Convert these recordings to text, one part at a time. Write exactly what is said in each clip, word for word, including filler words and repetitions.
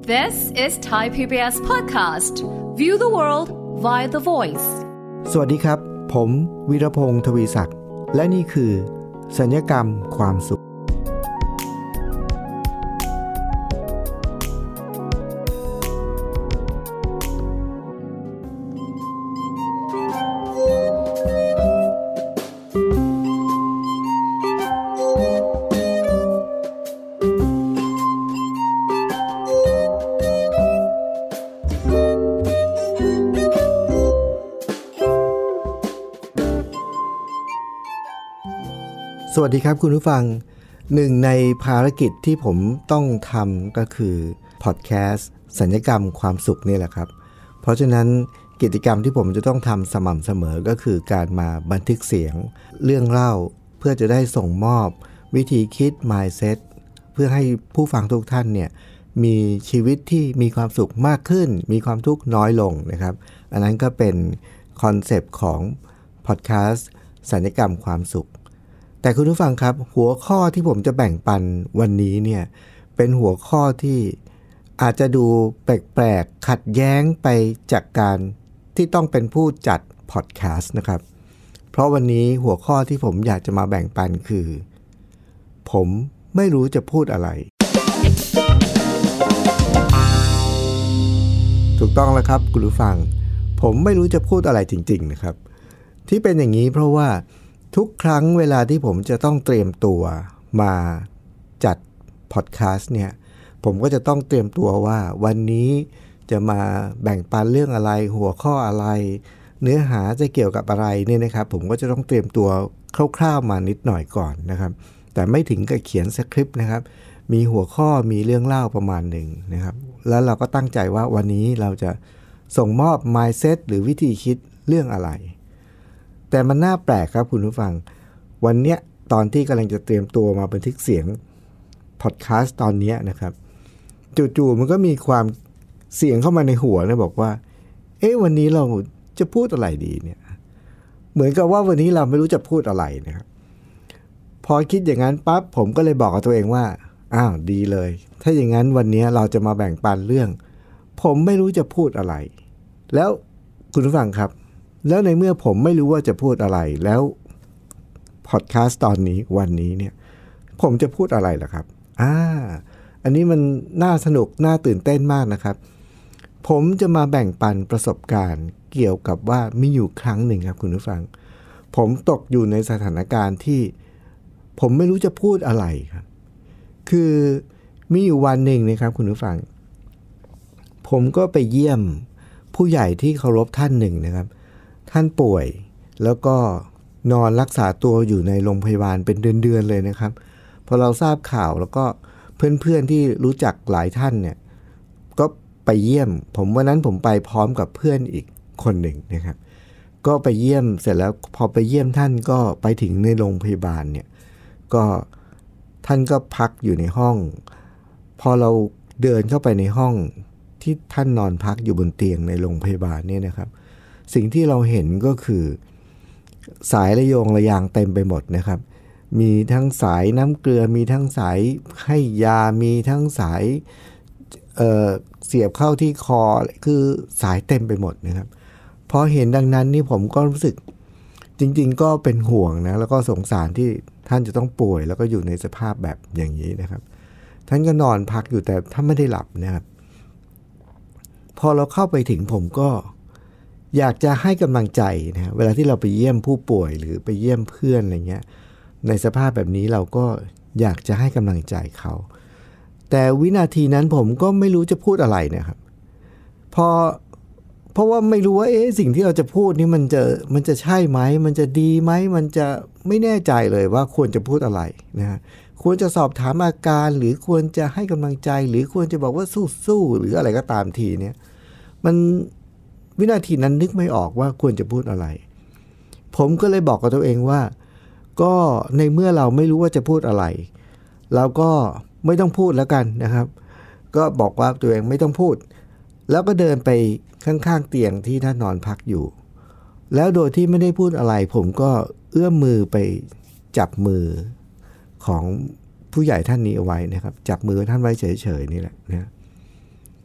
This is Thai พี บี เอส podcast. View the world via the voice. สวัสดีครับผมวีรพงศ์ทวีศักดิ์และนี่คือสัญญกรรมความสุขสวัสดีครับคุณผู้ฟังหนึ่งในภารกิจที่ผมต้องทำก็คือพอดแคสต์สัญญกรรมความสุขนี่แหละครับเพราะฉะนั้นกิจกรรมที่ผมจะต้องทำสม่ำเสมอก็คือการมาบันทึกเสียงเรื่องเล่าเพื่อจะได้ส่งมอบวิธีคิด mindset เพื่อให้ผู้ฟังทุกท่านเนี่ยมีชีวิตที่มีความสุขมากขึ้นมีความทุกข์น้อยลงนะครับอันนั้นก็เป็นคอนเซปต์ของพอดแคสต์สัญญกรรมความสุขแต่คุณผู้ฟังครับหัวข้อที่ผมจะแบ่งปันวันนี้เนี่ยเป็นหัวข้อที่อาจจะดูแปลกๆขัดแย้งไปจากการที่ต้องเป็นผู้จัดพอดแคสต์นะครับเพราะวันนี้หัวข้อที่ผมอยากจะมาแบ่งปันคือผมไม่รู้จะพูดอะไรถูกต้องแล้วครับคุณผู้ฟังผมไม่รู้จะพูดอะไรจริงๆนะครับที่เป็นอย่างนี้เพราะว่าทุกครั้งเวลาที่ผมจะต้องเตรียมตัวมาจัดพอดแคสต์เนี่ยผมก็จะต้องเตรียมตัวว่าวันนี้จะมาแบ่งปันเรื่องอะไรหัวข้ออะไรเนื้อหาจะเกี่ยวกับอะไรเนี่ยนะครับผมก็จะต้องเตรียมตัวคร่าวๆมานิดหน่อยก่อนนะครับแต่ไม่ถึงกับเขียนสคริปต์นะครับมีหัวข้อมีเรื่องเล่าประมาณหนึ่งนะครับแล้วเราก็ตั้งใจว่าวันนี้เราจะส่งมอบ mindset หรือวิธีคิดเรื่องอะไรแต่มันน่าแปลกครับคุณผู้ฟังวันเนี้ยตอนที่กำลังจะเตรียมตัวมาบันทึกเสียงพอดแคสต์ตอนนี้นะครับจู่ๆมันก็มีความเสียงเข้ามาในหัวนะบอกว่าเอ๊ะวันนี้เราจะพูดอะไรดีเนี่ยเหมือนกับว่าวันนี้เราไม่รู้จะพูดอะไรนะครับพอคิดอย่างนั้นปั๊บผมก็เลยบอกกับตัวเองว่าอ้าวดีเลยถ้าอย่างนั้นวันนี้เราจะมาแบ่งปันเรื่องผมไม่รู้จะพูดอะไรแล้วคุณผู้ฟังครับแล้วในเมื่อผมไม่รู้ว่าจะพูดอะไรแล้วพอดแคสต์ตอนนี้วันนี้เนี่ยผมจะพูดอะไรล่ะครับอ่าอันนี้มันน่าสนุกน่าตื่นเต้นมากนะครับผมจะมาแบ่งปันประสบการณ์เกี่ยวกับว่ามีอยู่ครั้งหนึ่งครับคุณผู้ฟังผมตกอยู่ในสถานการณ์ที่ผมไม่รู้จะพูดอะไรครับคือมีอยู่วันหนึ่งนะครับคุณผู้ฟังผมก็ไปเยี่ยมผู้ใหญ่ที่เคารพท่านหนึ่งนะครับท่านป่วยแล้วก็นอนรักษาตัวอยู่ในโรงพยาบาลเป็นเดือนๆเลยนะครับพอเราทราบข่าวแล้วก็เพื่อนๆที่รู้จักหลายท่านเนี่ยก็ไปเยี่ยมผมวันนั้นผมไปพร้อมกับเพื่อนอีกคนหนึ่งนะครับก็ไปเยี่ยมเสร็จแล้วพอไปเยี่ยมท่านก็ไปถึงในโรงพยาบาลเนี่ยก็ท่านก็พักอยู่ในห้องพอเราเดินเข้าไปในห้องที่ท่านนอนพักอยู่บนเตียงในโรงพยาบาลเนี่ยนะครับสิ่งที่เราเห็นก็คือสายระโยงระยางเต็มไปหมดนะครับมีทั้งสายน้ำเกลือมีทั้งสายให้ยามีทั้งสายเอ่อเสียบเข้าที่คอคือสายเต็มไปหมดนะครับพอเห็นดังนั้นนี่ผมก็รู้สึกจริงๆก็เป็นห่วงนะแล้วก็สงสารที่ท่านจะต้องป่วยแล้วก็อยู่ในสภาพแบบอย่างนี้นะครับท่านก็นอนพักอยู่แต่ท่านไม่ได้หลับนะครับพอเราเข้าไปถึงผมก็อยากจะให้กำลังใจนะเวลาที่เราไปเยี่ยมผู้ป่วยหรือไปเยี่ยมเพื่อนอะไรเงี้ยในสภาพแบบนี้เราก็อยากจะให้กำลังใจเขาแต่วินาทีนั้นผมก็ไม่รู้จะพูดอะไรนะครับพอเพราะว่าไม่รู้ว่าเอ๊ะสิ่งที่เราจะพูดนี่มันจะมันจะใช่ไหมมันจะดีไหมมันจะไม่แน่ใจเลยว่าควรจะพูดอะไรนะฮะควรจะสอบถามอาการหรือควรจะให้กำลังใจหรือควรจะบอกว่าสู้ๆหรืออะไรก็ตามทีเนี่ยมันวินาทีนั้นนึกไม่ออกว่าควรจะพูดอะไรผมก็เลยบอกกับตัวเองว่าก็ในเมื่อเราไม่รู้ว่าจะพูดอะไรเราก็ไม่ต้องพูดแล้วกันนะครับก็บอกว่าตัวเองไม่ต้องพูดแล้วก็เดินไปข้างๆเตียงที่ท่านนอนพักอยู่แล้วโดยที่ไม่ได้พูดอะไรผมก็เอื้อมมือไปจับมือของผู้ใหญ่ท่านนี้เอาไว้นะครับจับมือท่านไว้เฉยๆนี่แหละนะ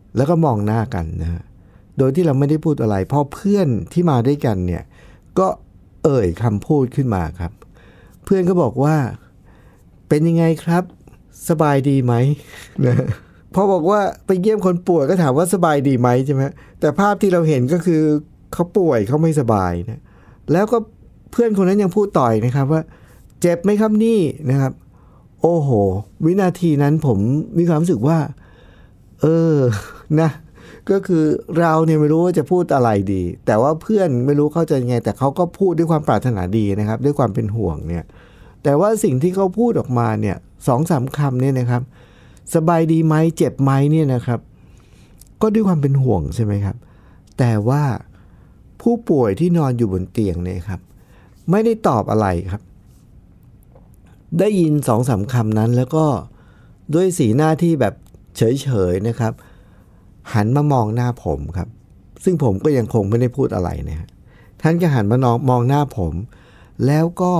แล้วก็มองหน้ากันนะฮะโดยที่เราไม่ได้พูดอะไรเพราะเพื่อนที่มาด้วยกันเนี่ยก็เอ่ยคำพูดขึ้นมาครับเพื่อนก็บอกว่าเป็นยังไงครับสบายดีไหมนะพอบอกว่าไปเยี่ยมคนป่วยก็ถามว่าสบายดีไหมใช่ไหมแต่ภาพที่เราเห็นก็คือเขาป่วยเขาไม่สบายนะแล้วก็เพื่อนคนนั้นยังพูดต่อยนะครับว่าเจ็บไหมครับนี่นะครับโอ้โหวินาทีนั้นผมมีความรู้สึกว่าเออนะก็คือเราเนี่ยไม่รู้ว่าจะพูดอะไรดีแต่ว่าเพื่อนไม่รู้เข้าใจยังไงแต่เขาก็พูดด้วยความปรารถนาดีนะครับด้วยความเป็นห่วงเนี่ยแต่ว่าสิ่งที่เขาพูดออกมาเนี่ยสองสามคำเนี่ยนะครับสบายดีไหมเจ็บไหมเนี่ยนะครับก็ด้วยความเป็นห่วงใช่ไหมครับแต่ว่าผู้ป่วยที่นอนอยู่บนเตียงเนี่ยครับไม่ได้ตอบอะไรครับได้ยินสองสามคำนั้นแล้วก็ด้วยสีหน้าที่แบบเฉยๆนะครับหันมามองหน้าผมครับซึ่งผมก็ยังคงไม่ได้พูดอะไรนะฮะท่านก็หันมามองหน้าผมแล้วก็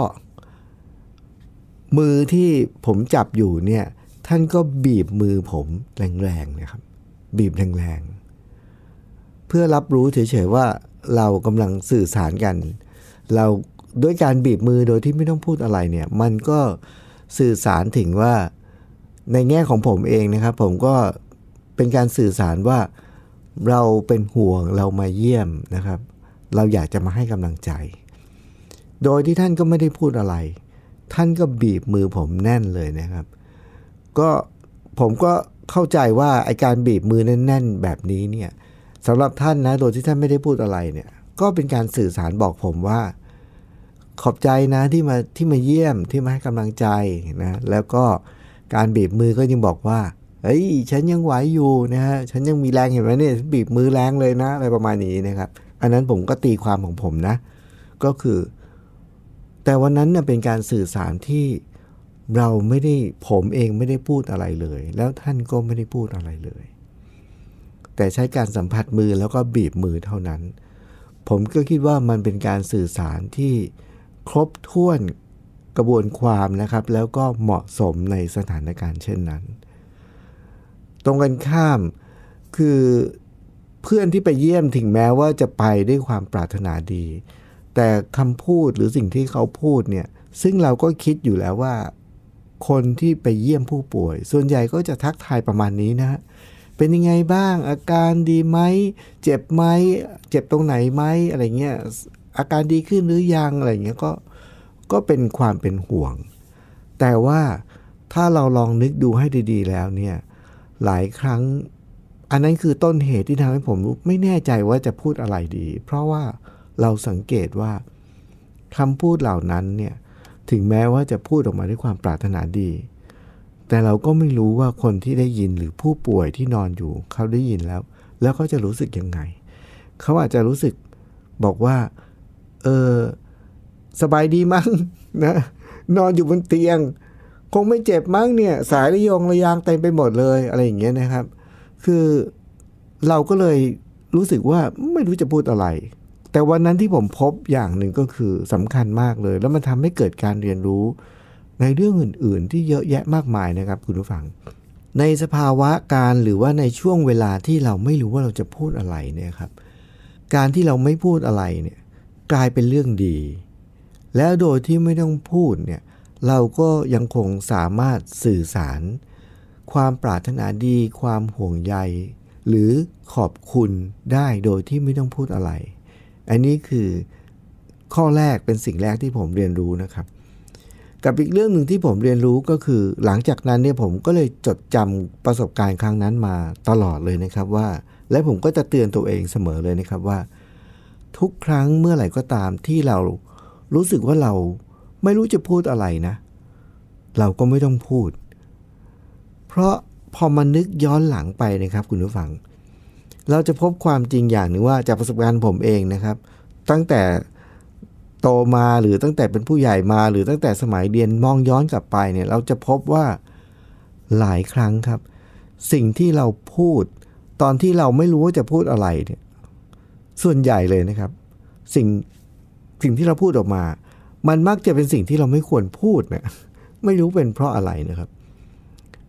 มือที่ผมจับอยู่เนี่ยท่านก็บีบมือผมแรงๆนะครับบีบแรงๆเพื่อรับรู้เฉยๆว่าเรากำลังสื่อสารกันเราด้วยการบีบมือโดยที่ไม่ต้องพูดอะไรเนี่ยมันก็สื่อสารถึงว่าในแง่ของผมเองนะครับผมก็เป็นการสื่อสารว่าเราเป็นห่วงเรามาเยี่ยมนะครับเราอยากจะมาให้กำลังใจโดยที่ท่านก็ไม่ได้พูดอะไรท่านก็บีบมือผมแน่นเลยนะครับก็ผมก็เข้าใจว่าไอ้การบีบมือแน่นๆแบบนี้เนี่ยสำหรับท่านนะโดยที่ท่านไม่ได้พูดอะไรเนี่ยก็เป็นการสื่อสารบอกผมว่าขอบใจนะที่มาที่มาเยี่ยมที่มาให้กำลังใจนะแล้วก็การบีบมือก็ยังบอกว่าเฮ้ยฉันยังไหวอยู่นะฮะฉันยังมีแรงเห็นไหมเนี่ยบีบมือแรงเลยนะอะไรประมาณนี้นะครับอันนั้นผมก็ตีความของผมนะก็คือแต่วันนั้นเนี่ยเป็นการสื่อสารที่เราไม่ได้ผมเองไม่ได้พูดอะไรเลยแล้วท่านก็ไม่ได้พูดอะไรเลยแต่ใช้การสัมผัสมือแล้วก็บีบมือเท่านั้นผมก็คิดว่ามันเป็นการสื่อสารที่ครบถ้วนกระบวนความนะครับแล้วก็เหมาะสมในสถานการณ์เช่นนั้นตรงกันข้ามคือเพื่อนที่ไปเยี่ยมถึงแม้ว่าจะไปด้วยความปรารถนาดีแต่คำพูดหรือสิ่งที่เขาพูดเนี่ยซึ่งเราก็คิดอยู่แล้วว่าคนที่ไปเยี่ยมผู้ป่วยส่วนใหญ่ก็จะทักทายประมาณนี้นะเป็นยังไงบ้างอาการดีไหมเจ็บไหมเจ็บตรงไหนไหมอะไรเงี้ยอาการดีขึ้นหรือยังอะไรเงี้ยก็ก็เป็นความเป็นห่วงแต่ว่าถ้าเราลองนึกดูให้ดีๆแล้วเนี่ยหลายครั้งอันนั้นคือต้นเหตุที่ทำให้ผมไม่แน่ใจว่าจะพูดอะไรดีเพราะว่าเราสังเกตว่าคำพูดเหล่านั้นเนี่ยถึงแม้ว่าจะพูดออกมาด้วยความปรารถนาดีแต่เราก็ไม่รู้ว่าคนที่ได้ยินหรือผู้ป่วยที่นอนอยู่เขาได้ยินแล้วแล้วเขาจะรู้สึกยังไงเขาอาจจะรู้สึกบอกว่าเออสบายดีมั้งนะนอนอยู่บนเตียงคงไม่เจ็บมั้งเนี่ยสายระยงระยางเต็มไปหมดเลยอะไรอย่างเงี้ยนะครับคือเราก็เลยรู้สึกว่าไม่รู้จะพูดอะไรแต่วันนั้นที่ผมพบอย่างหนึ่งก็คือสำคัญมากเลยแล้วมันทำให้เกิดการเรียนรู้ในเรื่องอื่นๆที่เยอะแยะมากมายนะครับคุณผู้ฟังในสภาวะการหรือว่าในช่วงเวลาที่เราไม่รู้ว่าเราจะพูดอะไรเนี่ยครับการที่เราไม่พูดอะไรเนี่ยกลายเป็นเรื่องดีแล้วโดยที่ไม่ต้องพูดเนี่ยเราก็ยังคงสามารถสื่อสารความปรารถนาดีความห่วงใยหรือขอบคุณได้โดยที่ไม่ต้องพูดอะไรอันนี้คือข้อแรกเป็นสิ่งแรกที่ผมเรียนรู้นะครับกับอีกเรื่องหนึ่งที่ผมเรียนรู้ก็คือหลังจากนั้นเนี่ยผมก็เลยจดจำประสบการณ์ครั้งนั้นมาตลอดเลยนะครับว่าและผมก็จะเตือนตัวเองเสมอเลยนะครับว่าทุกครั้งเมื่อไหร่ก็ตามที่เรารู้สึกว่าเราไม่รู้จะพูดอะไรนะเราก็ไม่ต้องพูดเพราะพอมานึกย้อนหลังไปนะครับคุณผู้ฟังเราจะพบความจริงอย่างหนึ่งว่าจากประสบการณ์ผมเองนะครับตั้งแต่โตมาหรือตั้งแต่เป็นผู้ใหญ่มาหรือตั้งแต่สมัยเรียนมองย้อนกลับไปเนี่ยเราจะพบว่าหลายครั้งครับสิ่งที่เราพูดตอนที่เราไม่รู้ว่าจะพูดอะไรเนี่ยส่วนใหญ่เลยนะครับสิ่งสิ่งที่เราพูดออกมามันมักจะเป็นสิ่งที่เราไม่ควรพูดนะไม่รู้เป็นเพราะอะไรนะครับ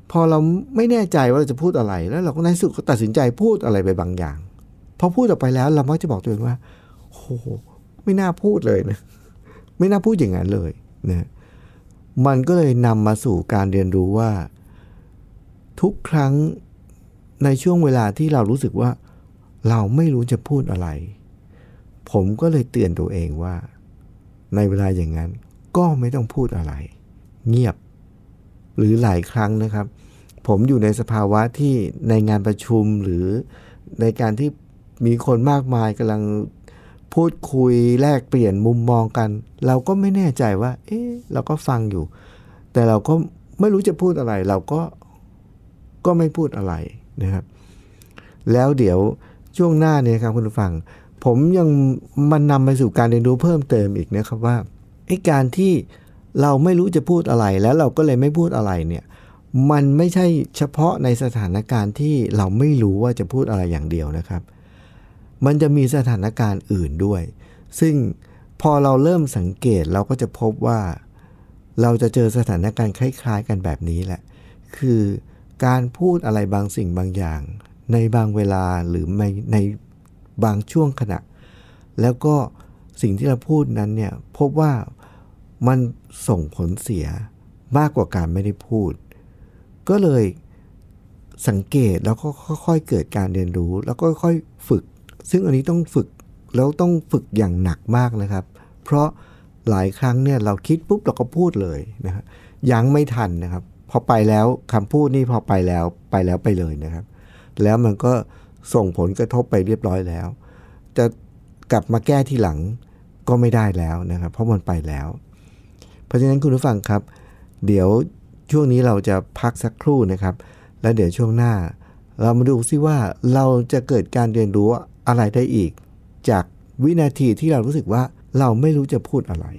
พอเราไม่แน่ใจว่าเราจะพูดอะไรแล้วเราก็ในที่สุดก็ตัดสินใจพูดอะไรไปบางอย่างพอพูดออกไปแล้วเรามักจะบอกตัวเองว่าโอ้โหไม่น่าพูดเลยนะไม่น่าพูดอย่างนั้นเลยนะมันก็เลยนำมาสู่การเรียนรู้ว่าทุกครั้งในช่วงเวลาที่เรารู้สึกว่าเราไม่รู้จะพูดอะไรผมก็เลยเตือนตัวเองว่าในเวลาอย่างนั้นก็ไม่ต้องพูดอะไรเงียบหรือหลายครั้งนะครับผมอยู่ในสภาวะที่ในงานประชุมหรือในการที่มีคนมากมายกำลังพูดคุยแลกเปลี่ยนมุมมองกันเราก็ไม่แน่ใจว่าเอ๊ะเราก็ฟังอยู่แต่เราก็ไม่รู้จะพูดอะไรเราก็ก็ไม่พูดอะไรนะครับแล้วเดี๋ยวช่วงหน้าเนี่ยครับคุณผู้ฟังผมยังมันนำไปสู่การเรียนรู้เพิ่มเติมอีกนะครับว่าไอ้การที่เราไม่รู้จะพูดอะไรแล้วเราก็เลยไม่พูดอะไรเนี่ยมันไม่ใช่เฉพาะในสถานการณ์ที่เราไม่รู้ว่าจะพูดอะไรอย่างเดียวนะครับมันจะมีสถานการณ์อื่นด้วยซึ่งพอเราเริ่มสังเกตเราก็จะพบว่าเราจะเจอสถานการณ์คล้ายๆกันแบบนี้แหละคือการพูดอะไรบางสิ่งบางอย่างในบางเวลาหรือในในบางช่วงขณะแล้วก็สิ่งที่เราพูดนั้นเนี่ยพบว่ามันส่งผลเสียมากกว่าการไม่ได้พูดก็เลยสังเกตแล้วก็ค่อยๆเกิดการเรียนรู้แล้วก็ค่อยๆฝึกซึ่งอันนี้ต้องฝึกแล้วต้องฝึกอย่างหนักมากนะครับเพราะหลายครั้งเนี่ยเราคิดปุ๊บเราก็พูดเลยนะฮะยังไม่ทันนะครับพอไปแล้วคำพูดนี่พอไปแล้วไปแล้วไปเลยนะครับแล้วมันก็ส่งผลกระทบไปเรียบร้อยแล้วจะกลับมาแก้ทีหลังก็ไม่ได้แล้วนะครับเพราะมันไปแล้วเพราะฉะนั้นคุณผู้ฟังครับเดี๋ยวช่วงนี้เราจะพักสักครู่นะครับแล้วเดี๋ยวช่วงหน้าเรามาดูซิว่าเราจะเกิดการเรียนรู้อะไรได้อีกจากวินาทีที่เรารู้สึกว่าเราไม่รู้จะพูดอะไร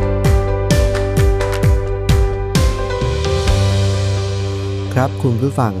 ครับคุณผู้ฟัง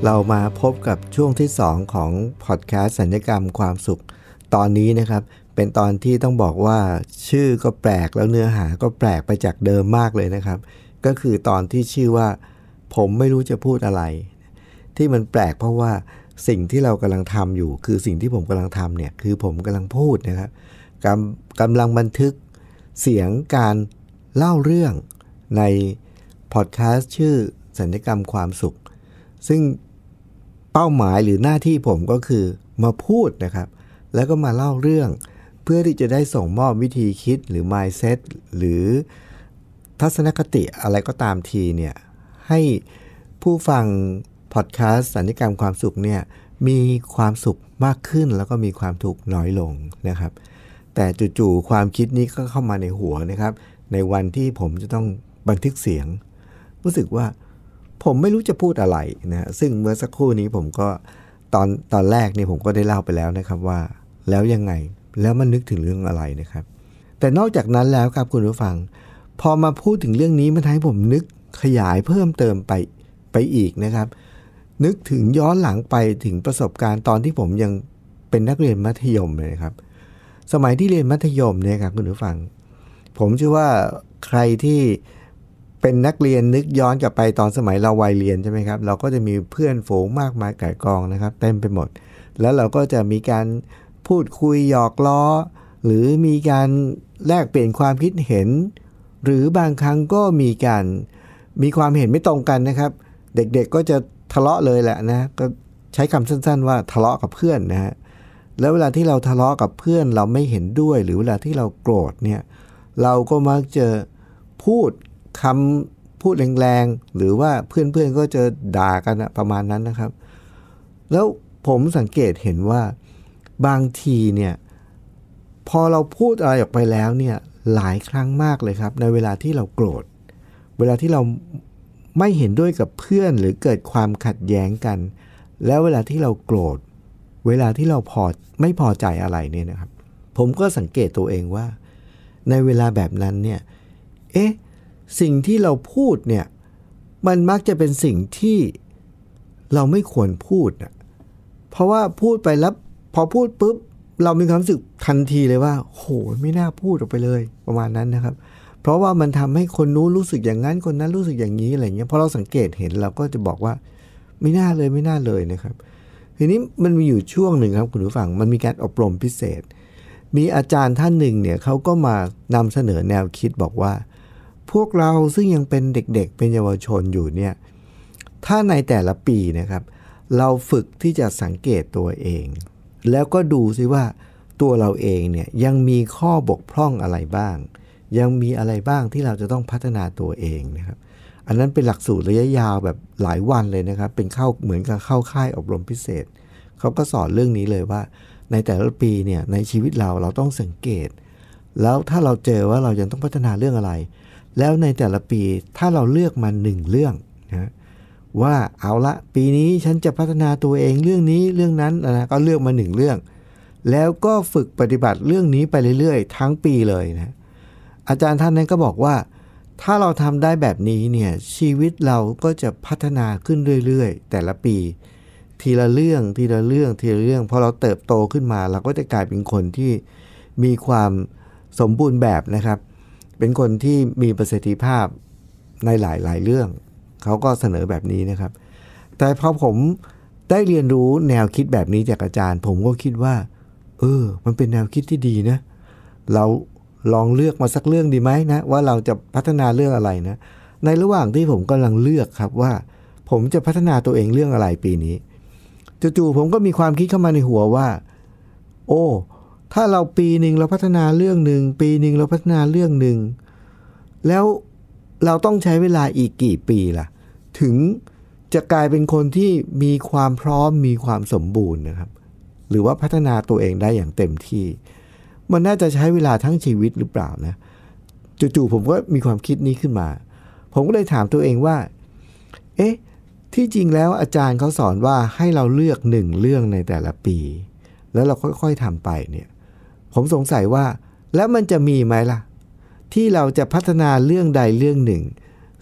เรามาพบกับช่วงที่สองของพอดแคสต์สัญญกรรมความสุขตอนนี้นะครับเป็นตอนที่ต้องบอกว่าชื่อก็แปลกแล้วเนื้อหาก็แปลกไปจากเดิมมากเลยนะครับก็คือตอนที่ชื่อว่าผมไม่รู้จะพูดอะไรที่มันแปลกเพราะว่าสิ่งที่เรากำลังทำอยู่คือสิ่งที่ผมกำลังทำเนี่ยคือผมกำลังพูดนะครับกำกำลังบันทึกเสียงการเล่าเรื่องในพอดแคสต์ชื่อสัญญกรรมความสุขซึ่งเป้าหมายหรือหน้าที่ผมก็คือมาพูดนะครับแล้วก็มาเล่าเรื่องเพื่อที่จะได้ส่งมอบวิธีคิดหรือ mindset หรือทัศนคติอะไรก็ตามทีเนี่ยให้ผู้ฟังพอดแคสต์สัญญกรรมความสุขเนี่ยมีความสุขมากขึ้นแล้วก็มีความทุกข์น้อยลงนะครับแต่จู่ๆความคิดนี้ก็เข้ามาในหัวนะครับในวันที่ผมจะต้องบันทึกเสียงรู้สึกว่าผมไม่รู้จะพูดอะไรนะซึ่งเมื่อสักครู่นี้ผมก็ตอนตอนแรกนี่ผมก็ได้เล่าไปแล้วนะครับว่าแล้วยังไงแล้วมันนึกถึงเรื่องอะไรนะครับแต่นอกจากนั้นแล้วครับคุณผู้ฟังพอมาพูดถึงเรื่องนี้มันทำให้ผมนึกขยายเพิ่มเติมไปไปอีกนะครับนึกถึงย้อนหลังไปถึงประสบการณ์ตอนที่ผมยังเป็นนักเรียนมัธยมเลยครับสมัยที่เรียนมัธยมเนี่ยครับคุณผู้ฟังผมเชื่อว่าใครที่เป็นนักเรียนนึกย้อนกลับไปตอนสมัยเราวัยเรียนใช่ไหมครับเราก็จะมีเพื่อนฝูงมากมายก่ายกองนะครับเต็มไปหมดแล้วเราก็จะมีการพูดคุยหยอกล้อหรือมีการแลกเปลี่ยนความคิดเห็นหรือบางครั้งก็มีการมีความเห็นไม่ตรงกันนะครับเด็กๆก็จะทะเลาะเลยแหละนะก็ใช้คำสั้นๆว่าทะเลาะกับเพื่อนนะฮะแล้วเวลาที่เราทะเลาะกับเพื่อนเราไม่เห็นด้วยหรือเวลาที่เราโกรธเนี่ยเราก็มักจะพูดคำพูดแรงๆหรือว่าเพื่อนๆก็จะด่ากันนะประมาณนั้นนะครับแล้วผมสังเกตเห็นว่าบางทีเนี่ยพอเราพูดอะไรออกไปแล้วเนี่ยหลายครั้งมากเลยครับในเวลาที่เราโกรธเวลาที่เราไม่เห็นด้วยกับเพื่อนหรือเกิดความขัดแย้งกันแล้วเวลาที่เราโกรธเวลาที่เราพอไม่พอใจอะไรเนี่ยนะครับผมก็สังเกตตัวเองว่าในเวลาแบบนั้นเนี่ยเอ๊ะสิ่งที่เราพูดเนี่ยมันมักจะเป็นสิ่งที่เราไม่ควรพูดนะเพราะว่าพูดไปแล้วพอพูดปุ๊บเรามีความรู้สึกทันทีเลยว่าโหไม่น่าพูดออกไปเลยประมาณนั้นนะครับเพราะว่ามันทำให้คนนู้นรู้สึกอย่างนั้นคนนั้นรู้สึกอย่างนี้อะไรเงี้ยพอเราสังเกตเห็นเราก็จะบอกว่าไม่น่าเลยไม่น่าเลยนะครับทีนี้มันมีอยู่ช่วงหนึ่งครับคุณผู้ฟังมันมีการอบรมพิเศษมีอาจารย์ท่านหนึ่งเนี่ยเขาก็มานำเสนอแนวคิดบอกว่าพวกเราซึ่งยังเป็นเด็กๆเป็นเยาวชนอยู่เนี่ยถ้าในแต่ละปีนะครับเราฝึกที่จะสังเกตตัวเองแล้วก็ดูซิว่าตัวเราเองเนี่ยยังมีข้อบกพร่องอะไรบ้างยังมีอะไรบ้างที่เราจะต้องพัฒนาตัวเองนะครับอันนั้นเป็นหลักสูตรระยะยาวแบบหลายวันเลยนะครับเป็นเข้าเหมือนกับเข้าค่ายอบรมพิเศษเขาก็สอนเรื่องนี้เลยว่าในแต่ละปีเนี่ยในชีวิตเราเราต้องสังเกตแล้วถ้าเราเจอว่าเรายังต้องพัฒนาเรื่องอะไรแล้วในแต่ละปีถ้าเราเลือกมาหนึ่งเรื่องนะว่าเอาละปีนี้ฉันจะพัฒนาตัวเองเรื่องนี้เรื่องนั้นนะก็เลือกมาหนึ่งเรื่องแล้วก็ฝึกปฏิบัติเรื่องนี้ไปเรื่อยๆทั้งปีเลยนะอาจารย์ท่านนั้นก็บอกว่าถ้าเราทำได้แบบนี้เนี่ยชีวิตเราก็จะพัฒนาขึ้นเรื่อยๆแต่ละปีทีละเรื่องทีละเรื่องทีละเรื่องพอเราเติบโตขึ้นมาเราก็จะกลายเป็นคนที่มีความสมบูรณ์แบบนะครับเป็นคนที่มีประสิทธิภาพในหลายๆเรื่องเขาก็เสนอแบบนี้นะครับแต่พอผมได้เรียนรู้แนวคิดแบบนี้จากอาจารย์ผมก็คิดว่าเออมันเป็นแนวคิดที่ดีนะเราลองเลือกมาสักเรื่องดีไหมนะว่าเราจะพัฒนาเรื่องอะไรนะในระหว่างที่ผมกำลังเลือกครับว่าผมจะพัฒนาตัวเองเรื่องอะไรปีนี้จู่ๆผมก็มีความคิดเข้ามาในหัวว่าโอ้ถ้าเราปีนึงเราพัฒนาเรื่องนึงปีนึงเราพัฒนาเรื่องนึงแล้วเราต้องใช้เวลาอีกกี่ปีล่ะถึงจะกลายเป็นคนที่มีความพร้อมมีความสมบูรณ์นะครับหรือว่าพัฒนาตัวเองได้อย่างเต็มที่มันน่าจะใช้เวลาทั้งชีวิตหรือเปล่านะจู่ๆผมก็มีความคิดนี้ขึ้นมาผมก็เลยถามตัวเองว่าเอ๊ะที่จริงแล้วอาจารย์เขาสอนว่าให้เราเลือกหนึ่งเรื่องในแต่ละปีแล้วเราค่อยๆทำไปเนี่ยผมสงสัยว่าแล้วมันจะมีไหมล่ะที่เราจะพัฒนาเรื่องใดเรื่องหนึ่ง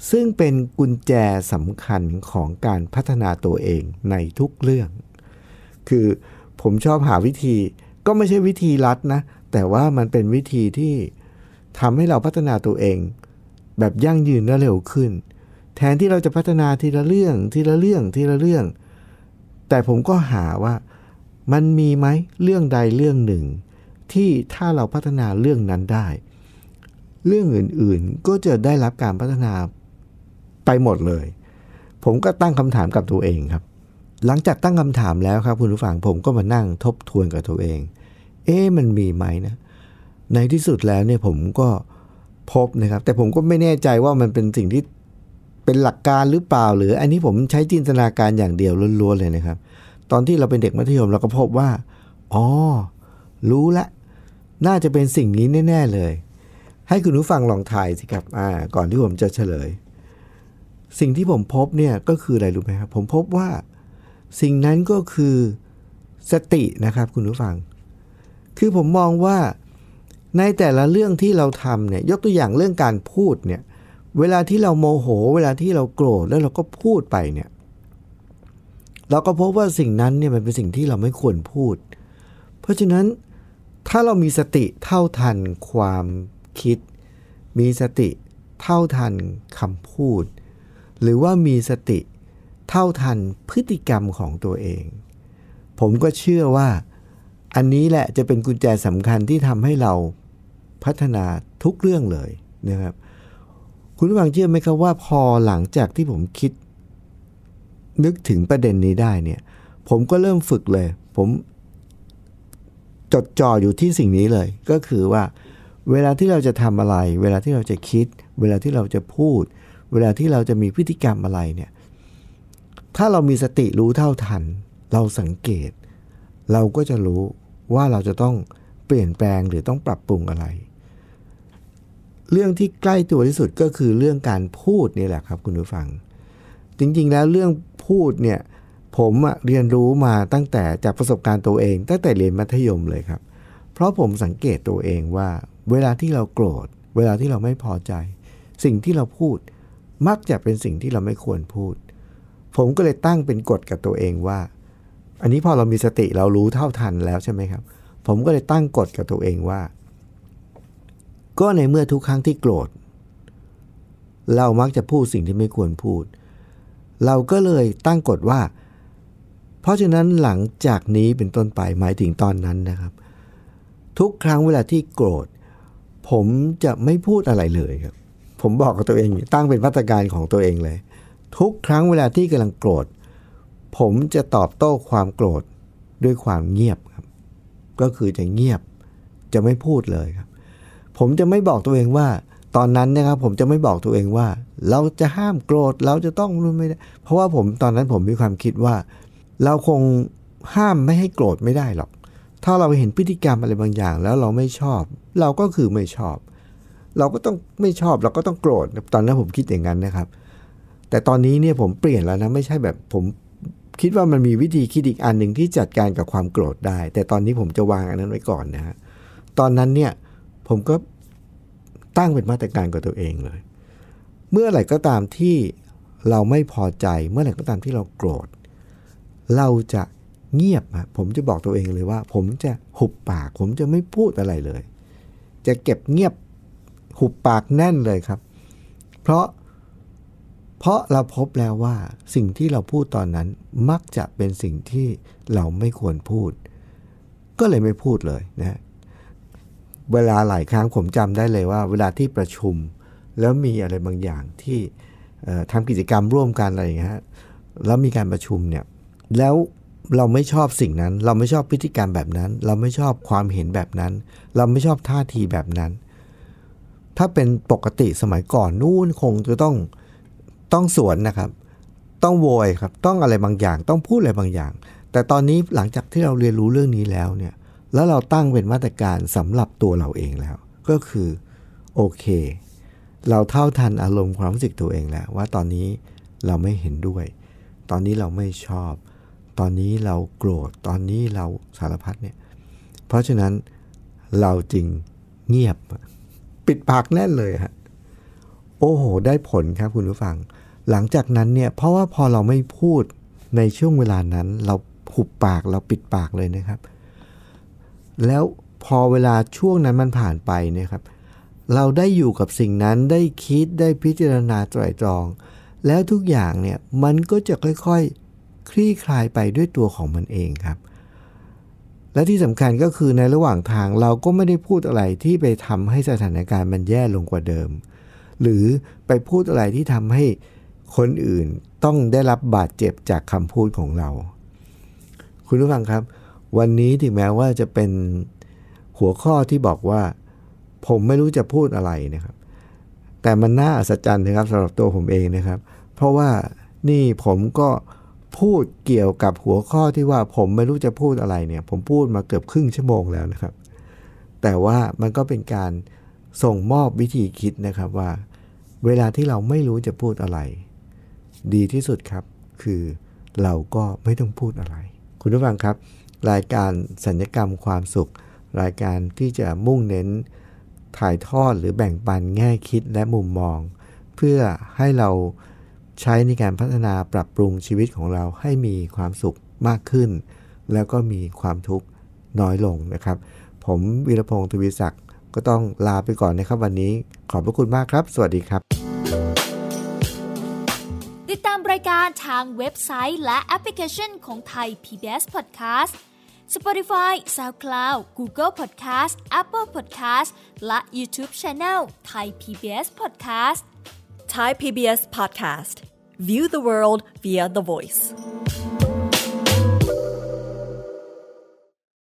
ซึ่งเป็นกุญแจสำคัญของการพัฒนาตัวเองในทุกเรื่องคือผมชอบหาวิธีก็ไม่ใช่วิธีลัดนะแต่ว่ามันเป็นวิธีที่ทำให้เราพัฒนาตัวเองแบบยั่งยืนและเร็วขึ้นแทนที่เราจะพัฒนาทีละเรื่องทีละเรื่องทีละเรื่องแต่ผมก็หาว่ามันมีไหมเรื่องใดเรื่องหนึ่งที่ถ้าเราพัฒนาเรื่องนั้นได้เรื่องอื่นๆก็จะได้รับการพัฒนาไปหมดเลยผมก็ตั้งคำถามกับตัวเองครับหลังจากตั้งคำถามแล้วครับคุณผู้ฟังผมก็มานั่งทบทวนกับตัวเองเอ๊ะมันมีไหมนะในที่สุดแล้วเนี่ยผมก็พบนะครับแต่ผมก็ไม่แน่ใจว่ามันเป็นสิ่งที่เป็นหลักการหรือเปล่าหรืออันนี้ผมใช้จินตนาการอย่างเดียวล้วนๆเลยนะครับตอนที่เราเป็นเด็กมัธยมเราก็พบว่าอ๋อรู้ละน่าจะเป็นสิ่งนี้แน่ๆเลยให้คุณผู้ฟังลองทายสิครับอ่าก่อนที่ผมจะเฉลยสิ่งที่ผมพบเนี่ยก็คืออะไรรู้ไหมครับผมพบว่าสิ่งนั้นก็คือสตินะครับคุณผู้ฟังคือผมมองว่าในแต่ละเรื่องที่เราทำเนี่ยยกตัวอย่างเรื่องการพูดเนี่ยเวลาที่เราโมโหเวลาที่เราโกรธแล้วเราก็พูดไปเนี่ยเราก็พบว่าสิ่งนั้นเนี่ยมันเป็นสิ่งที่เราไม่ควรพูดเพราะฉะนั้นถ้าเรามีสติเท่าทันความคิดมีสติเท่าทันคำพูดหรือว่ามีสติเท่าทันพฤติกรรมของตัวเองผมก็เชื่อว่าอันนี้แหละจะเป็นกุญแจสำคัญที่ทำให้เราพัฒนาทุกเรื่องเลยนะครับคุณผู้ฟังเชื่อไหมครับว่าพอหลังจากที่ผมคิดนึกถึงประเด็นนี้ได้เนี่ยผมก็เริ่มฝึกเลยผมจดจ่ออยู่ที่สิ่งนี้เลยก็คือว่าเวลาที่เราจะทำอะไรเวลาที่เราจะคิดเวลาที่เราจะพูดเวลาที่เราจะมีพฤติกรรมอะไรเนี่ยถ้าเรามีสติรู้เท่าทันเราสังเกตเราก็จะรู้ว่าเราจะต้องเปลี่ยนแปลงหรือต้องปรับปรุงอะไรเรื่องที่ใกล้ตัวที่สุดก็คือเรื่องการพูดนี่แหละครับคุณผู้ฟังจริงๆแล้วเรื่องพูดเนี่ยผมเรียนรู้มาตั้งแต่จากประสบการณ์ตัวเองตั้งแต่เรียนมัธยมเลยครับเพราะผมสังเกตตัวเองว่าเวลาที่เราโกรธเวลาที่เราไม่พอใจสิ่งที่เราพูดมักจะเป็นสิ่งที่เราไม่ควรพูดผมก็เลยตั้งเป็นกฎกับตัวเองว่าอันนี้พอเรามีสติเรารู้เท่าทันแล้วใช่ไหมครับผมก็เลยตั้งกฎกับตัวเองว่าก็ในเมื่อทุกครั้งที่โกรธเรามักจะพูดสิ่งที่ไม่ควรพูดเราก็เลยตั้งกฎว่าเพราะฉะนั้นหลังจากนี้เป็นต้นไปหมายถึงตอนนั้นนะครับทุกครั้งเวลาที่โกรธผมจะไม่พูดอะไรเลยครับผมบอกกับตัวเองตั้งเป็นมาตรการของตัวเองเลยทุกครั้งเวลาที่กำลังโกรธผมจะตอบโต้ความโกรธด้วยความเงียบครับก็คือจะเงียบจะไม่พูดเลยครับผมจะไม่บอกตัวเองว่าตอนนั้นนะครับผมจะไม่บอกตัวเองว่าเราจะห้ามโกรธเราจะต้องรู้ไม่ได้เพราะว่าผมตอนนั้นผมมีความคิดว่าเราคงห้ามไม่ให้โกรธไม่ได้หรอกถ้าเราเห็นพฤติกรรมอะไรบางอย่างแล้วเราไม่ชอบเราก็คือไม่ชอบเราก็ต้องไม่ชอบเราก็ต้องโกรธตอนนั้นผมคิดอย่างนั้นนะครับแต่ตอนนี้เนี่ยผมเปลี่ยนแล้วนะไม่ใช่แบบผมคิดว่ามันมีวิธีคิดอีกอันหนึ่งที่จัดการกับความโกรธได้แต่ตอนนี้ผมจะวางอันนั้นไว้ก่อนนะฮะตอนนั้นเนี่ยผมก็ตั้งเป็นมาตรการกับตัวเองเลยเมื่อไหร่ก็ตามที่เราไม่พอใจเมื่อไหร่ก็ตามที่เราโกรธเราจะเงียบนะผมจะบอกตัวเองเลยว่าผมจะหุบปากผมจะไม่พูดอะไรเลยจะเก็บเงียบหุบปากแน่นเลยครับเพราะเพราะเราพบแล้วว่าสิ่งที่เราพูดตอนนั้นมักจะเป็นสิ่งที่เราไม่ควรพูดก็เลยไม่พูดเลยนะเวลาหลายครั้งผมจำได้เลยว่าเวลาที่ประชุมแล้วมีอะไรบางอย่างที่ทำกิจกรรมร่วมกันอะไรอย่างเงี้ยแล้วมีการประชุมเนี่ยแล้วเราไม่ชอบสิ่งนั้นเราไม่ชอบพฤติกรรมแบบนั้นเราไม่ชอบความเห็นแบบนั้นเราไม่ชอบท่าทีแบบนั้นถ้าเป็นปกติสมัยก่อนนู่นคงจะต้องต้องสวนนะครับต้องโวยครับต้องอะไรบางอย่างต้องพูดอะไรบางอย่างแต่ตอนนี้หลังจากที่เราเรียนรู้เรื่องนี้แล้วเนี่ยแล้วเราตั้งเป็นมาตรการสำหรับตัวเราเองแล้วก็คือโอเคเราเท่าทันอารมณ์ความรู้สึกตัวเองแล้วว่าตอนนี้เราไม่เห็นด้วยตอนนี้เราไม่ชอบตอนนี้เราโกรธตอนนี้เราสารพัดเนี่ยเพราะฉะนั้นเราจึงเงียบปิดปากแน่นเลยฮะโอ้โหได้ผลครับคุณผู้ฟังหลังจากนั้นเนี่ยเพราะว่าพอเราไม่พูดในช่วงเวลานั้นเราหุบปากเราปิดปากเลยนะครับแล้วพอเวลาช่วงนั้นมันผ่านไปเนี่ยครับเราได้อยู่กับสิ่งนั้นได้คิดได้พิจารณาไตร่ตรองแล้วทุกอย่างเนี่ยมันก็จะค่อยๆคลี่คลายไปด้วยตัวของมันเองครับและที่สำคัญก็คือในระหว่างทางเราก็ไม่ได้พูดอะไรที่ไปทำให้สถานการณ์มันแย่ลงกว่าเดิมหรือไปพูดอะไรที่ทำให้คนอื่นต้องได้รับบาดเจ็บจากคำพูดของเราคุณผู้ฟังครับวันนี้ถึงแม้ว่าจะเป็นหัวข้อที่บอกว่าผมไม่รู้จะพูดอะไรนะครับแต่มันน่าอัศจรรย์นะครับสำหรับตัวผมเองนะครับเพราะว่านี่ผมก็พูดเกี่ยวกับหัวข้อที่ว่าผมไม่รู้จะพูดอะไรเนี่ยผมพูดมาเกือบครึ่งชั่วโมงแล้วนะครับแต่ว่ามันก็เป็นการส่งมอบวิธีคิดนะครับว่าเวลาที่เราไม่รู้จะพูดอะไรดีที่สุดครับคือเราก็ไม่ต้องพูดอะไรคุณผู้ฟังครับรายการสัญญกรรมความสุขรายการที่จะมุ่งเน้นถ่ายทอดหรือแบ่งปันแง่คิดและมุมมองเพื่อให้เราใช้ในการพัฒนาปรับปรุงชีวิตของเราให้มีความสุขมากขึ้นแล้วก็มีความทุกข์น้อยลงนะครับผมวีรพงศ์ทวีศักดิ์ก็ต้องลาไปก่อนนะครับวันนี้ขอบพระคุณมากครับสวัสดีครับติดตามรายการทางเว็บไซต์และแอปพลิเคชันของไทย พี บี เอส Podcast Spotify, SoundCloud, Google Podcast, Apple Podcast และ YouTube Channel Thai พี บี เอส Podcast Thai พี บี เอส Podcast. View the world via the voice.